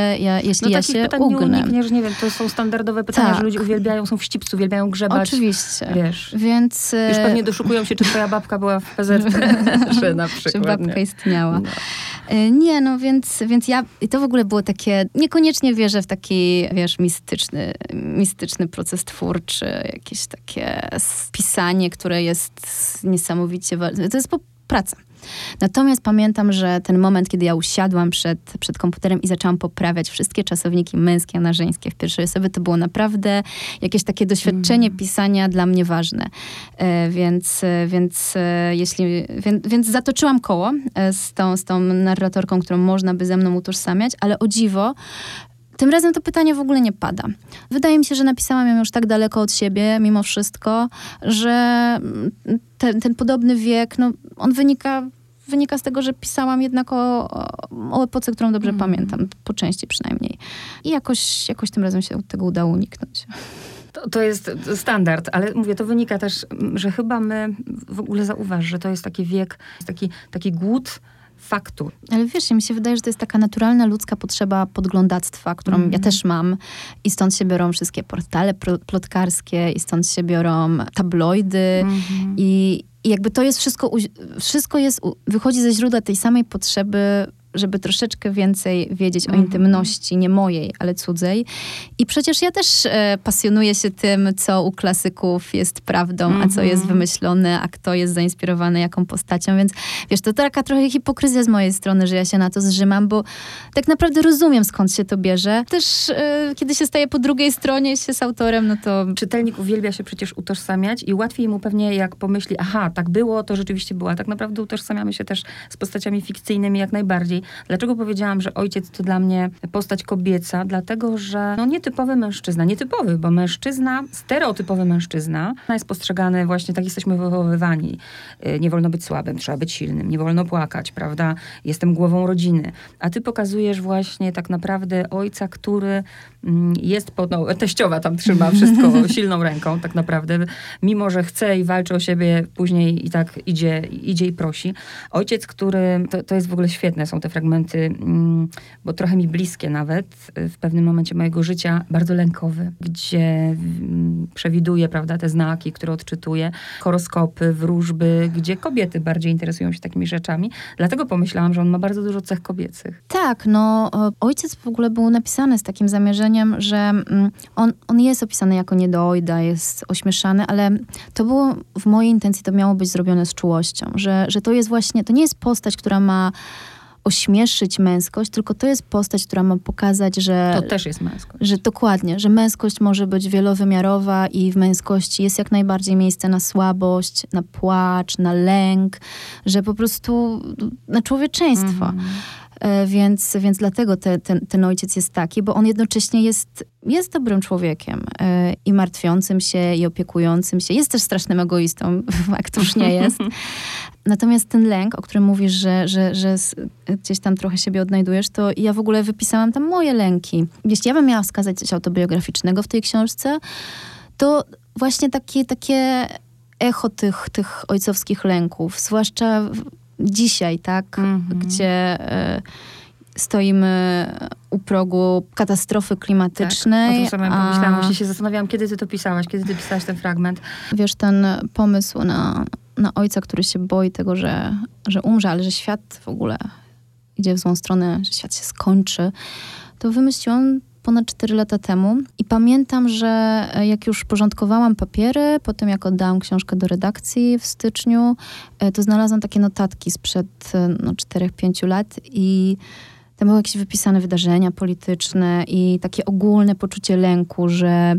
się pytań ugnę. Nie unikniesz, nie wiem, to są standardowe pytania, że ludzie uwielbiają, są wścibcy, uwielbiają grzebać. Oczywiście. Wiesz. Więc... Już pewnie doszukują się, czy twoja babka była w PZP, że na przykład. Czy babka istniała. No. Nie, no więc ja... I to w ogóle było takie... Niekoniecznie wierzę w taki, wiesz, mistyczny proces twórczy, jakieś takie pisanie, które jest niesamowicie ważne. To jest praca. Natomiast pamiętam, że ten moment, kiedy ja usiadłam przed komputerem i zaczęłam poprawiać wszystkie czasowniki męskie, a na żeńskie w pierwszej osobie, to było naprawdę jakieś takie doświadczenie pisania dla mnie ważne. Więc zatoczyłam koło z tą narratorką, którą można by ze mną utożsamiać, ale o dziwo, tym razem to pytanie w ogóle nie pada. Wydaje mi się, że napisałam ją już tak daleko od siebie, mimo wszystko, że ten podobny wiek, no, on wynika z tego, że pisałam jednak o epoce, którą dobrze pamiętam, po części przynajmniej. I jakoś tym razem się od tego udało uniknąć. To jest standard, ale mówię, to wynika też, że chyba my, w ogóle zauważ, że to jest taki wiek, taki głód faktu. Ale wiesz, mi się wydaje, że to jest taka naturalna ludzka potrzeba podglądactwa, którą ja też mam i stąd się biorą wszystkie portale plotkarskie i stąd się biorą tabloidy i jakby to jest wszystko wychodzi ze źródła tej samej potrzeby żeby troszeczkę więcej wiedzieć o intymności, nie mojej, ale cudzej. I przecież ja też pasjonuję się tym, co u klasyków jest prawdą, a co jest wymyślone, a kto jest zainspirowany jaką postacią, więc wiesz, to taka trochę hipokryzja z mojej strony, że ja się na to zrzymam, bo tak naprawdę rozumiem, skąd się to bierze. Też kiedy się staje po drugiej stronie się z autorem, no to... Czytelnik uwielbia się przecież utożsamiać i łatwiej mu pewnie, jak pomyśli, aha, tak było, to rzeczywiście było. A tak naprawdę utożsamiamy się też z postaciami fikcyjnymi jak najbardziej. Dlaczego powiedziałam, że ojciec to dla mnie postać kobieca? Dlatego, że nietypowy mężczyzna, nietypowy, bo mężczyzna, stereotypowy mężczyzna jest postrzegany właśnie, tak jesteśmy wychowywani. Nie wolno być słabym, trzeba być silnym, nie wolno płakać, prawda? Jestem głową rodziny. A ty pokazujesz właśnie tak naprawdę ojca, który jest, teściowa tam trzyma wszystko silną ręką, tak naprawdę, mimo że chce i walczy o siebie, później i tak idzie i prosi. Ojciec, który, to jest w ogóle świetne, są te fragmenty, bo trochę mi bliskie nawet, w pewnym momencie mojego życia, bardzo lękowy, gdzie przewiduje, prawda, te znaki, które odczytuje, horoskopy, wróżby, gdzie kobiety bardziej interesują się takimi rzeczami. Dlatego pomyślałam, że on ma bardzo dużo cech kobiecych. Tak, ojciec w ogóle był napisany z takim zamierzeniem, że on jest opisany jako niedojda, jest ośmieszany, ale to było w mojej intencji, to miało być zrobione z czułością, że to jest właśnie, to nie jest postać, która ma ośmieszyć męskość, tylko to jest postać, która ma pokazać, że... To też jest męskość. Że dokładnie, że męskość może być wielowymiarowa i w męskości jest jak najbardziej miejsce na słabość, na płacz, na lęk, że po prostu na człowieczeństwo. Więc dlatego ten ojciec jest taki, bo on jednocześnie jest dobrym człowiekiem i martwiącym się, i opiekującym się. Jest też strasznym egoistą, a któż nie jest. Natomiast ten lęk, o którym mówisz, że gdzieś tam trochę siebie odnajdujesz, to ja w ogóle wypisałam tam moje lęki. Jeśli ja bym miała wskazać coś autobiograficznego w tej książce, to właśnie takie echo tych ojcowskich lęków, zwłaszcza dzisiaj, tak? Gdzie stoimy u progu katastrofy klimatycznej. Tak, o tym samym pomyślałam. Właśnie się zastanawiałam, kiedy ty to pisałaś, kiedy ty pisałaś ten fragment. Wiesz, ten pomysł na ojca, który się boi tego, że umrze, ale że świat w ogóle idzie w złą stronę, że świat się skończy, to wymyśliłam ponad 4 lata temu. I pamiętam, że jak już porządkowałam papiery, potem jak oddałam książkę do redakcji w styczniu, to znalazłam takie notatki sprzed 4-5 lat i tam były jakieś wypisane wydarzenia polityczne i takie ogólne poczucie lęku, że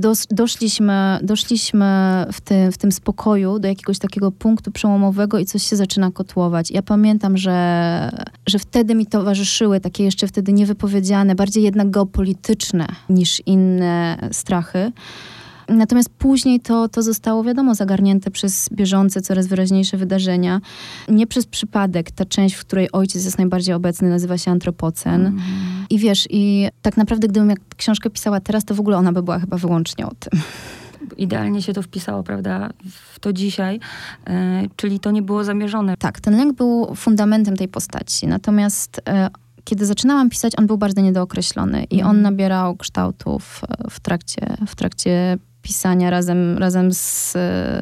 doszliśmy w tym spokoju do jakiegoś takiego punktu przełomowego i coś się zaczyna kotłować. Ja pamiętam, że wtedy mi towarzyszyły takie jeszcze wtedy niewypowiedziane, bardziej jednak geopolityczne niż inne strachy. Natomiast później to zostało, wiadomo, zagarnięte przez bieżące, coraz wyraźniejsze wydarzenia. Nie przez przypadek. Ta część, w której ojciec jest najbardziej obecny, nazywa się Antropocen. I wiesz, i tak naprawdę, gdybym jak książkę pisała teraz, to w ogóle ona by była chyba wyłącznie o tym. Idealnie się to wpisało, prawda, w to dzisiaj, czyli to nie było zamierzone. Tak, ten lęk był fundamentem tej postaci. Natomiast kiedy zaczynałam pisać, on był bardzo niedookreślony i on nabierał kształtów w trakcie pisania razem z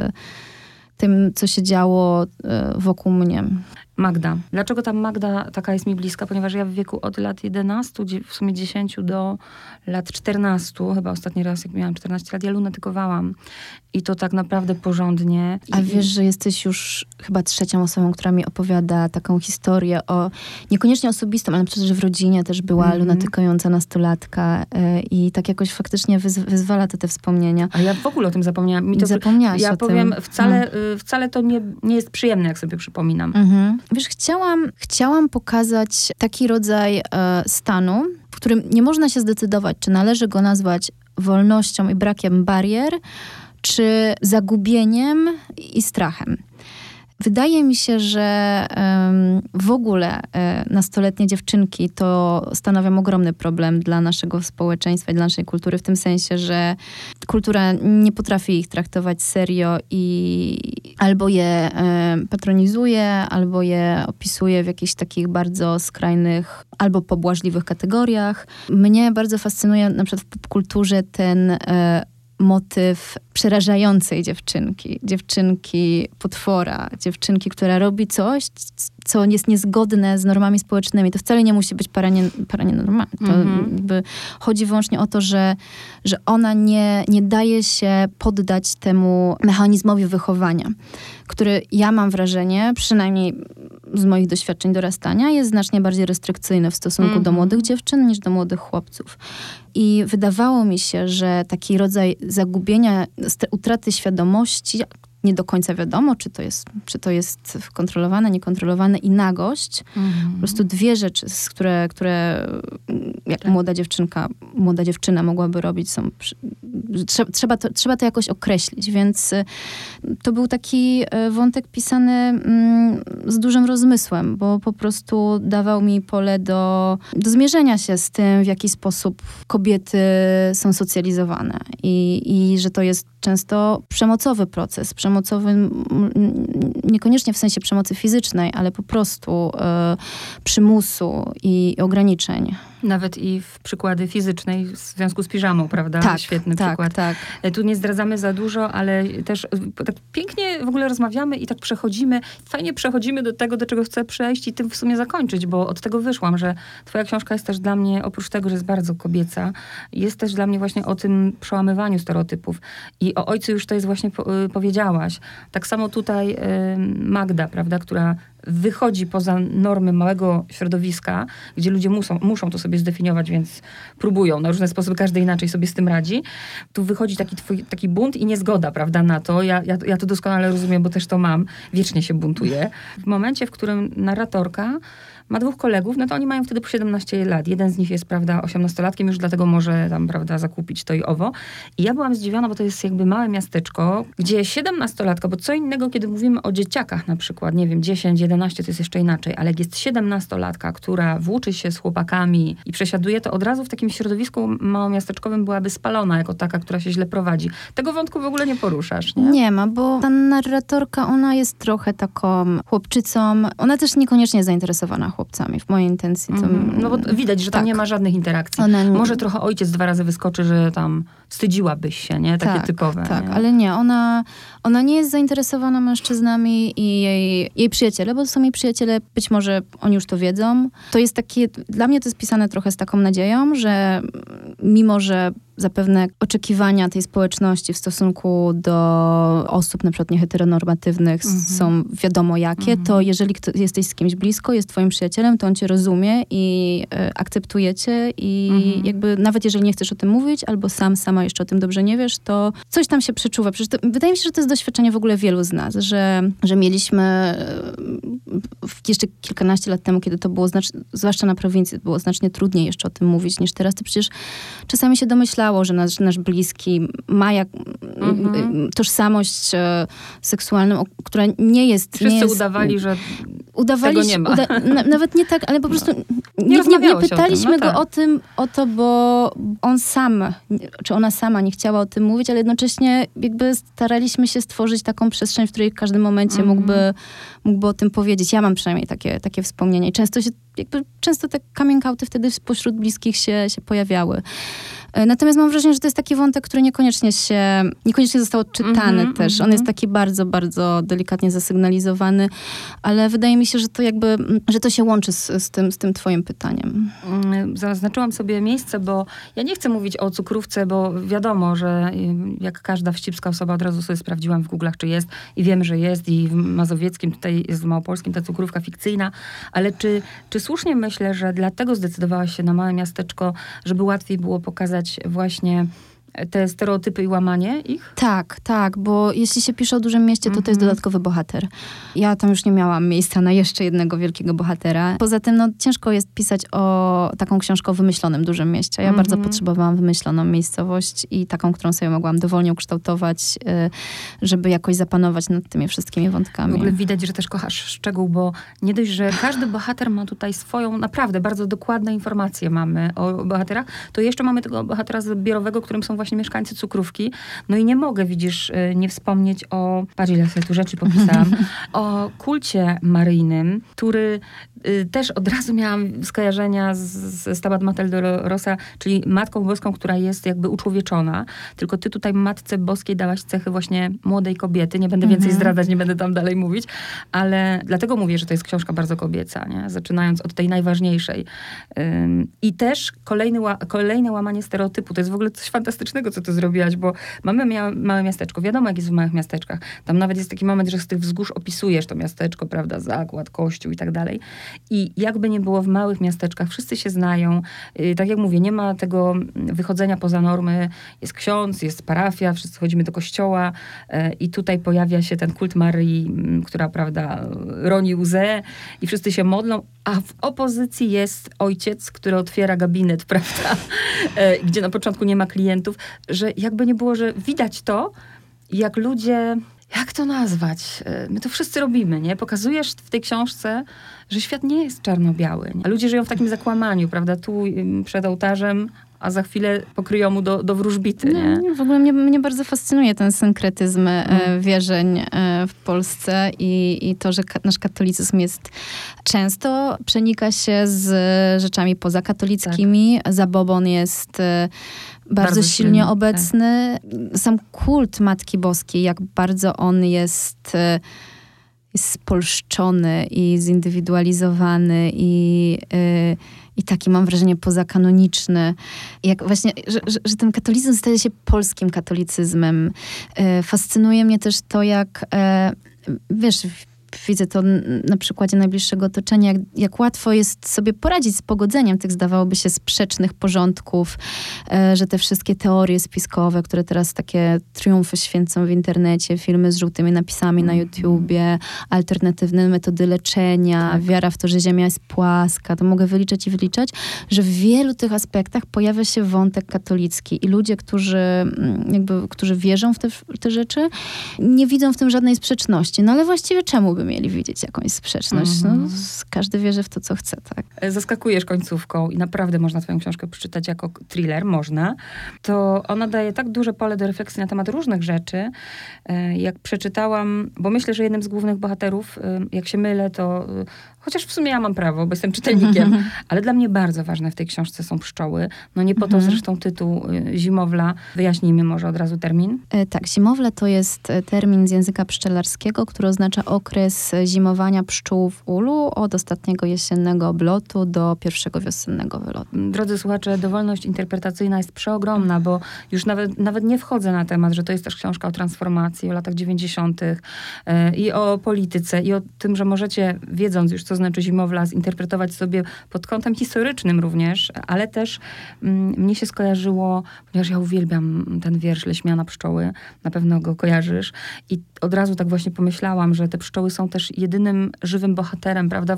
tym, co się działo wokół mnie. Magda. Dlaczego ta Magda taka jest mi bliska? Ponieważ ja w wieku od lat 11, w sumie 10 do lat 14, chyba ostatni raz jak miałam 14 lat, ja lunatykowałam. I to tak naprawdę porządnie. A wiesz, że jesteś już chyba 3. osobą, która mi opowiada taką historię niekoniecznie osobistą, ale przecież w rodzinie też była lunatykająca nastolatka i tak jakoś faktycznie wyzwala to te wspomnienia. A ja w ogóle o tym zapomniałam. Zapomniałaś ja o powiem, tym. Wcale to nie jest przyjemne, jak sobie przypominam. Wiesz, chciałam pokazać taki rodzaj stanu, w którym nie można się zdecydować, czy należy go nazwać wolnością i brakiem barier, czy zagubieniem i strachem. Wydaje mi się, że w ogóle nastoletnie dziewczynki to stanowią ogromny problem dla naszego społeczeństwa i dla naszej kultury, w tym sensie, że kultura nie potrafi ich traktować serio i albo je patronizuje, albo je opisuje w jakichś takich bardzo skrajnych albo pobłażliwych kategoriach. Mnie bardzo fascynuje na przykład w popkulturze ten motyw przerażającej dziewczynki potwora, dziewczynki, która robi coś, co jest niezgodne z normami społecznymi. To wcale nie musi być paranormalne. To jakby chodzi wyłącznie o to, że ona nie daje się poddać temu mechanizmowi wychowania, który ja mam wrażenie, przynajmniej z moich doświadczeń dorastania, jest znacznie bardziej restrykcyjny w stosunku do młodych dziewczyn niż do młodych chłopców. I wydawało mi się, że taki rodzaj zagubienia, utraty świadomości, nie do końca wiadomo, czy to jest kontrolowane, niekontrolowane i nagość. Po prostu dwie rzeczy, które jak młoda dziewczyna mogłaby robić, trzeba to jakoś określić, więc to był taki wątek pisany z dużym rozmysłem, bo po prostu dawał mi pole do zmierzenia się z tym, w jaki sposób kobiety są socjalizowane i że to jest często przemocowy proces, niekoniecznie w sensie przemocy fizycznej, ale po prostu przymusu i ograniczeń. Nawet i w przykłady fizycznej w związku z piżamą, prawda? Tak, świetny przykład. Tak. Tu nie zdradzamy za dużo, ale też tak pięknie w ogóle rozmawiamy i tak fajnie przechodzimy do tego, do czego chcę przejść i tym w sumie zakończyć, bo od tego wyszłam, że twoja książka jest też dla mnie, oprócz tego, że jest bardzo kobieca, jest też dla mnie właśnie o tym przełamywaniu stereotypów. I o ojcu już to jest właśnie powiedziałaś. Tak samo tutaj Magda, prawda, która wychodzi poza normy małego środowiska, gdzie ludzie muszą to sobie zdefiniować, więc próbują na różne sposoby, każdy inaczej sobie z tym radzi. Tu wychodzi taki bunt i niezgoda, prawda, na to. Ja to doskonale rozumiem, bo też to mam. Wiecznie się buntuję. W momencie, w którym narratorka ma 2 kolegów, no to oni mają wtedy po 17 lat. Jeden z nich jest, prawda, 18-latkiem, już dlatego może tam, prawda, zakupić to i owo. I ja byłam zdziwiona, bo to jest jakby małe miasteczko, gdzie 17-latka, bo co innego, kiedy mówimy o dzieciakach na przykład, nie wiem, 10, 11, to jest jeszcze inaczej, ale jak jest 17-latka, która włóczy się z chłopakami i przesiaduje, to od razu w takim środowisku małomiasteczkowym byłaby spalona jako taka, która się źle prowadzi. Tego wątku w ogóle nie poruszasz, nie? Nie ma, bo ta narratorka, ona jest trochę taką chłopczycą, ona też niekoniecznie zainteresowana chłopcami, w mojej intencji. To, no bo widać, że tam nie ma żadnych interakcji. Może trochę ojciec 2 razy wyskoczy, że tam wstydziłabyś się, nie? Takie typowe. Tak, nie? ale nie. Ona nie jest zainteresowana mężczyznami i jej przyjaciele, bo to są jej przyjaciele, być może oni już to wiedzą. To jest takie, dla mnie to jest pisane trochę z taką nadzieją, że mimo, że zapewne oczekiwania tej społeczności w stosunku do osób na przykład nieheteronormatywnych są wiadomo jakie, to jeżeli jesteś z kimś blisko, jest twoim przyjacielem, to on cię rozumie i akceptuje cię i jakby nawet jeżeli nie chcesz o tym mówić, albo sama jeszcze o tym dobrze nie wiesz, to coś tam się przeczuwa. Przecież wydaje mi się, że to jest doświadczenie w ogóle wielu z nas, że mieliśmy jeszcze kilkanaście lat temu, kiedy to było, zwłaszcza na prowincji, było znacznie trudniej jeszcze o tym mówić niż teraz, to przecież czasami się domyślało, że nasz bliski ma tożsamość seksualną, która nie jest... Wszyscy udawali, że tego nie ma. Nawet nie tak, ale po prostu nie pytaliśmy go o to, bo on sam, czy ona sama nie chciała o tym mówić, ale jednocześnie jakby staraliśmy się stworzyć taką przestrzeń, w której w każdym momencie mógłby o tym powiedzieć. Ja mam przynajmniej takie wspomnienia i często te coming outy wtedy spośród bliskich się pojawiały. Natomiast mam wrażenie, że to jest taki wątek, który niekoniecznie został odczytany też. On jest taki bardzo, bardzo delikatnie zasygnalizowany, ale wydaje mi się, że to się łączy z tym twoim pytaniem. Zaznaczyłam sobie miejsce, bo ja nie chcę mówić o cukrówce, bo wiadomo, że jak każda wścibska osoba, od razu sobie sprawdziłam w Google'ach, czy jest i wiem, że jest i w mazowieckim, tutaj jest w małopolskim ta cukrówka fikcyjna, ale czy słusznie myślę, że dlatego zdecydowałaś się na małe miasteczko, żeby łatwiej było pokazać właśnie te stereotypy i łamanie ich? Tak, bo jeśli się pisze o dużym mieście, to jest dodatkowy bohater. Ja tam już nie miałam miejsca na jeszcze jednego wielkiego bohatera. Poza tym, ciężko jest pisać taką książkę o wymyślonym dużym mieście. Ja bardzo potrzebowałam wymyśloną miejscowość i taką, którą sobie mogłam dowolnie ukształtować, żeby jakoś zapanować nad tymi wszystkimi wątkami. W ogóle widać, że też kochasz szczegół, bo nie dość, że każdy bohater ma tutaj swoją, naprawdę bardzo dokładne informacje mamy o bohaterach, to jeszcze mamy tego bohatera zbiorowego, którym są właśnie mieszkańcy cukrówki. No i nie mogę, widzisz, nie wspomnieć patrz ile sobie tu rzeczy popisałam, o kulcie maryjnym, który też od razu miałam skojarzenia z Stabat Mater Dolorosa, czyli Matką Boską, która jest jakby uczłowieczona. Tylko ty tutaj Matce Boskiej dałaś cechy właśnie młodej kobiety. Nie będę więcej zdradzać, nie będę tam dalej mówić, ale dlatego mówię, że to jest książka bardzo kobieca, nie? Zaczynając od tej najważniejszej. I też kolejne łamanie stereotypu. To jest w ogóle coś fantastycznego, co ty zrobiłaś, bo mamy małe miasteczko. Wiadomo, jak jest w małych miasteczkach. Tam nawet jest taki moment, że z tych wzgórz opisujesz to miasteczko, prawda, zakład, kościół i tak dalej. I jakby nie było w małych miasteczkach, wszyscy się znają. Tak jak mówię, nie ma tego wychodzenia poza normy. Jest ksiądz, jest parafia, wszyscy chodzimy do kościoła i tutaj pojawia się ten kult Marii, która, prawda, roni łzę i wszyscy się modlą, a w opozycji jest ojciec, który otwiera gabinet, prawda, gdzie na początku nie ma klientów, że jakby nie było, że widać to, jak ludzie... Jak to nazwać? My to wszyscy robimy, nie? Pokazujesz w tej książce, że świat nie jest czarno-biały. A ludzie żyją w takim zakłamaniu, prawda? Tu przed ołtarzem, a za chwilę pokryją mu do wróżbity, nie? No, w ogóle mnie bardzo fascynuje ten synkretyzm wierzeń w Polsce i to, że nasz katolicyzm jest często przenika się z rzeczami pozakatolickimi. Tak. Zabobon jest bardzo silnie obecny. Tak. Sam kult Matki Boskiej, jak bardzo on jest spolszczony i zindywidualizowany i taki, mam wrażenie, pozakanoniczny. Jak właśnie, że ten katolicyzm staje się polskim katolicyzmem. Fascynuje mnie też to, jak wiesz, widzę to na przykładzie najbliższego otoczenia, jak łatwo jest sobie poradzić z pogodzeniem tych, zdawałoby się, sprzecznych porządków, że te wszystkie teorie spiskowe, które teraz takie triumfy święcą w internecie, filmy z żółtymi napisami na YouTubie, alternatywne metody leczenia, wiara w to, że Ziemia jest płaska, to mogę wyliczać i wyliczać, że w wielu tych aspektach pojawia się wątek katolicki i ludzie, którzy wierzą w te rzeczy, nie widzą w tym żadnej sprzeczności. No ale właściwie czemu by mieli widzieć jakąś sprzeczność? No, każdy wierzy w to, co chce, tak? Zaskakujesz końcówką i naprawdę można twoją książkę przeczytać jako thriller, można. To ona daje tak duże pole do refleksji na temat różnych rzeczy. Jak przeczytałam, bo myślę, że jednym z głównych bohaterów, jak się mylę, to chociaż w sumie ja mam prawo, bo jestem czytelnikiem, ale dla mnie bardzo ważne w tej książce są pszczoły. No nie po to zresztą tytuł Zimowla. Wyjaśnijmy może od razu termin. Tak, zimowla to jest termin z języka pszczelarskiego, który oznacza okres zimowania pszczół w ulu od ostatniego jesiennego oblotu do pierwszego wiosennego wylotu. Drodzy słuchacze, dowolność interpretacyjna jest przeogromna, bo już nawet nie wchodzę na temat, że to jest też książka o transformacji, o latach 90. I o polityce, i o tym, że możecie, wiedząc już, co znaczy zimowla, zinterpretować sobie pod kątem historycznym również, ale też mnie się skojarzyło, ponieważ ja uwielbiam ten wiersz Leśmiana Pszczoły, na pewno go kojarzysz, i od razu tak właśnie pomyślałam, że te pszczoły są też jedynym żywym bohaterem, prawda,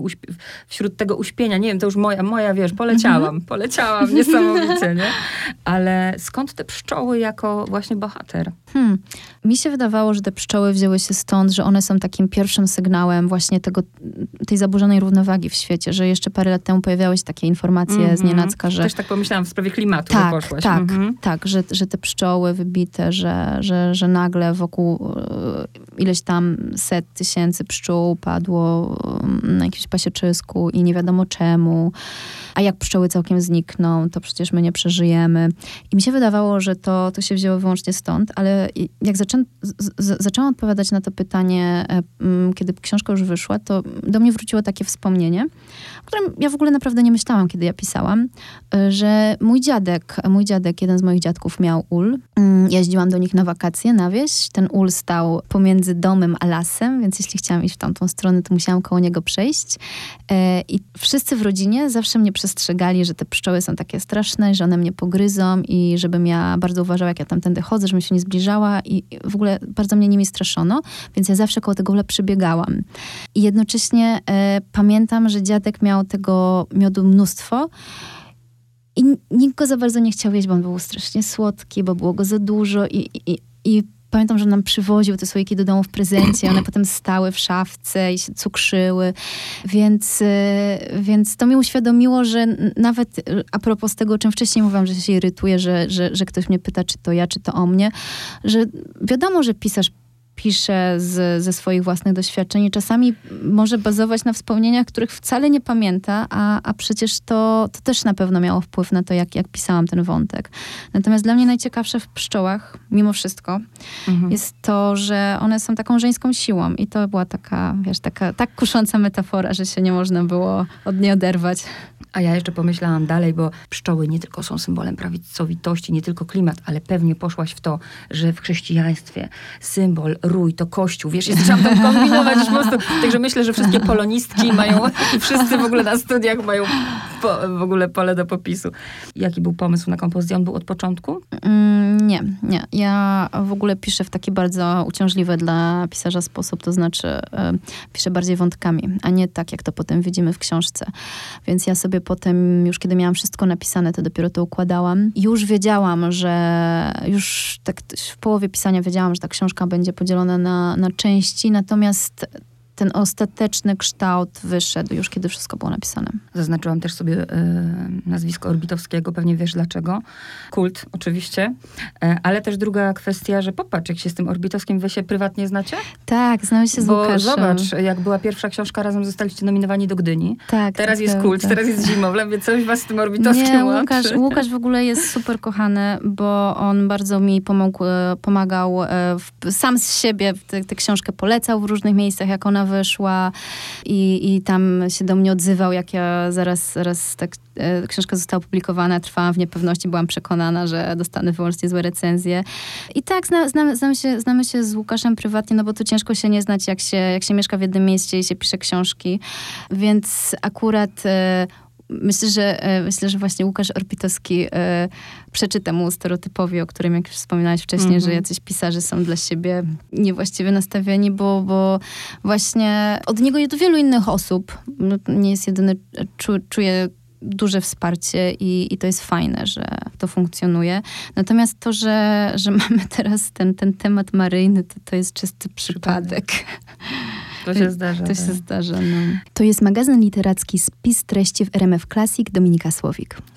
wśród tego uśpienia. Nie wiem, to już moja wiesz, poleciałam niesamowicie, nie? Ale skąd te pszczoły jako właśnie bohater? Mi się wydawało, że te pszczoły wzięły się stąd, że one są takim pierwszym sygnałem właśnie tej zaburzonej równowagi w świecie, że jeszcze parę lat temu pojawiały się takie informacje znienacka, że... Też tak pomyślałam w sprawie klimatu, tak, że poszłaś. Tak, że te pszczoły wybite, że nagle wokół ileś tam set tysięcy pszczół padło na jakimś pasieczysku i nie wiadomo czemu. A jak pszczoły całkiem znikną, to przecież my nie przeżyjemy. I mi się wydawało, że to się wzięło wyłącznie stąd, ale jak zaczęłam odpowiadać na to pytanie, kiedy książka już wyszła, to do mnie wróciło takie wspomnienie, o którym ja w ogóle naprawdę nie myślałam, kiedy ja pisałam, że mój dziadek, jeden z moich dziadków miał ul. Jeździłam do nich na wakacje, na wieś. Ten ul stał pomiędzy domem a lasem, więc jeśli chciałam iść w tamtą stronę, to musiałam koło niego przejść. I wszyscy w rodzinie zawsze mnie przestrzegali, że te pszczoły są takie straszne, że one mnie pogryzą i żebym ja bardzo uważała, jak ja tamtędy chodzę, żebym się nie zbliżała i w ogóle bardzo mnie nimi straszono, więc ja zawsze koło tego ula przebiegałam. I jednocześnie pamiętam, że dziadek miał tego miodu mnóstwo i nikt go za bardzo nie chciał jeść, bo on był strasznie słodki, bo było go za dużo i pamiętam, że nam przywoził te słoiki do domu w prezencie, one potem stały w szafce i się cukrzyły, więc to mi uświadomiło, że nawet a propos tego, o czym wcześniej mówiłam, że się irytuję, że ktoś mnie pyta, czy to ja, czy to o mnie, że wiadomo, że pisarz pisze ze swoich własnych doświadczeń i czasami może bazować na wspomnieniach, których wcale nie pamięta, a przecież to też na pewno miało wpływ na to, jak pisałam ten wątek. Natomiast dla mnie najciekawsze w pszczołach, mimo wszystko, jest to, że one są taką żeńską siłą i to była taka tak kusząca metafora, że się nie można było od niej oderwać. A ja jeszcze pomyślałam dalej, bo pszczoły nie tylko są symbolem prawicowitości, nie tylko klimat, ale pewnie poszłaś w to, że w chrześcijaństwie symbol, rój to kościół. Wiesz, trzeba tam kombinować po prostu. Także myślę, że wszystkie polonistki mają i wszyscy w ogóle na studiach mają w ogóle pole do popisu. Jaki był pomysł na kompozycję? On był od początku? Nie. Ja w ogóle piszę w taki bardzo uciążliwy dla pisarza sposób, to znaczy piszę bardziej wątkami, a nie tak, jak to potem widzimy w książce. Więc ja sobie potem, już kiedy miałam wszystko napisane, to dopiero to układałam. Już wiedziałam, już tak w połowie pisania wiedziałam, że ta książka będzie podzielona na części, natomiast ten ostateczny kształt wyszedł już, kiedy wszystko było napisane. Zaznaczyłam też sobie nazwisko Orbitowskiego, pewnie wiesz dlaczego. Kult, oczywiście. Ale też druga kwestia, że popatrz, jak się z tym Orbitowskim wy się prywatnie znacie? Tak, znamy się z Łukaszem. Bo zobacz, jak była pierwsza książka, razem zostaliście nominowani do Gdyni. Tak. Teraz jest Kult, teraz jest Zimowlem, więc coś was z tym Orbitowskim łączy. Łukasz w ogóle jest super kochany, bo on bardzo mi pomagał, sam z siebie tę książkę polecał w różnych miejscach, jak ona wyszła i tam się do mnie odzywał, jak ja zaraz tak książka została opublikowana, trwałam w niepewności, byłam przekonana, że dostanę wyłącznie złe recenzje. I tak znamy się z Łukaszem prywatnie, no bo tu ciężko się nie znać, jak się mieszka w jednym mieście i się pisze książki. Więc akurat myślę, że właśnie Łukasz Orbitowski przeczy temu stereotypowi, o którym jak już wspominałaś wcześniej, że jacyś pisarze są dla siebie niewłaściwie nastawieni, bo właśnie od niego i do wielu innych osób, nie jest jedyny, czuję duże wsparcie i to jest fajne, że to funkcjonuje. Natomiast to, że mamy teraz ten temat maryjny, to jest czysty przypadek. To się zdarza. To się zdarza, no. To jest magazyn literacki Spis treści w RMF Classic, Dominika Słowik.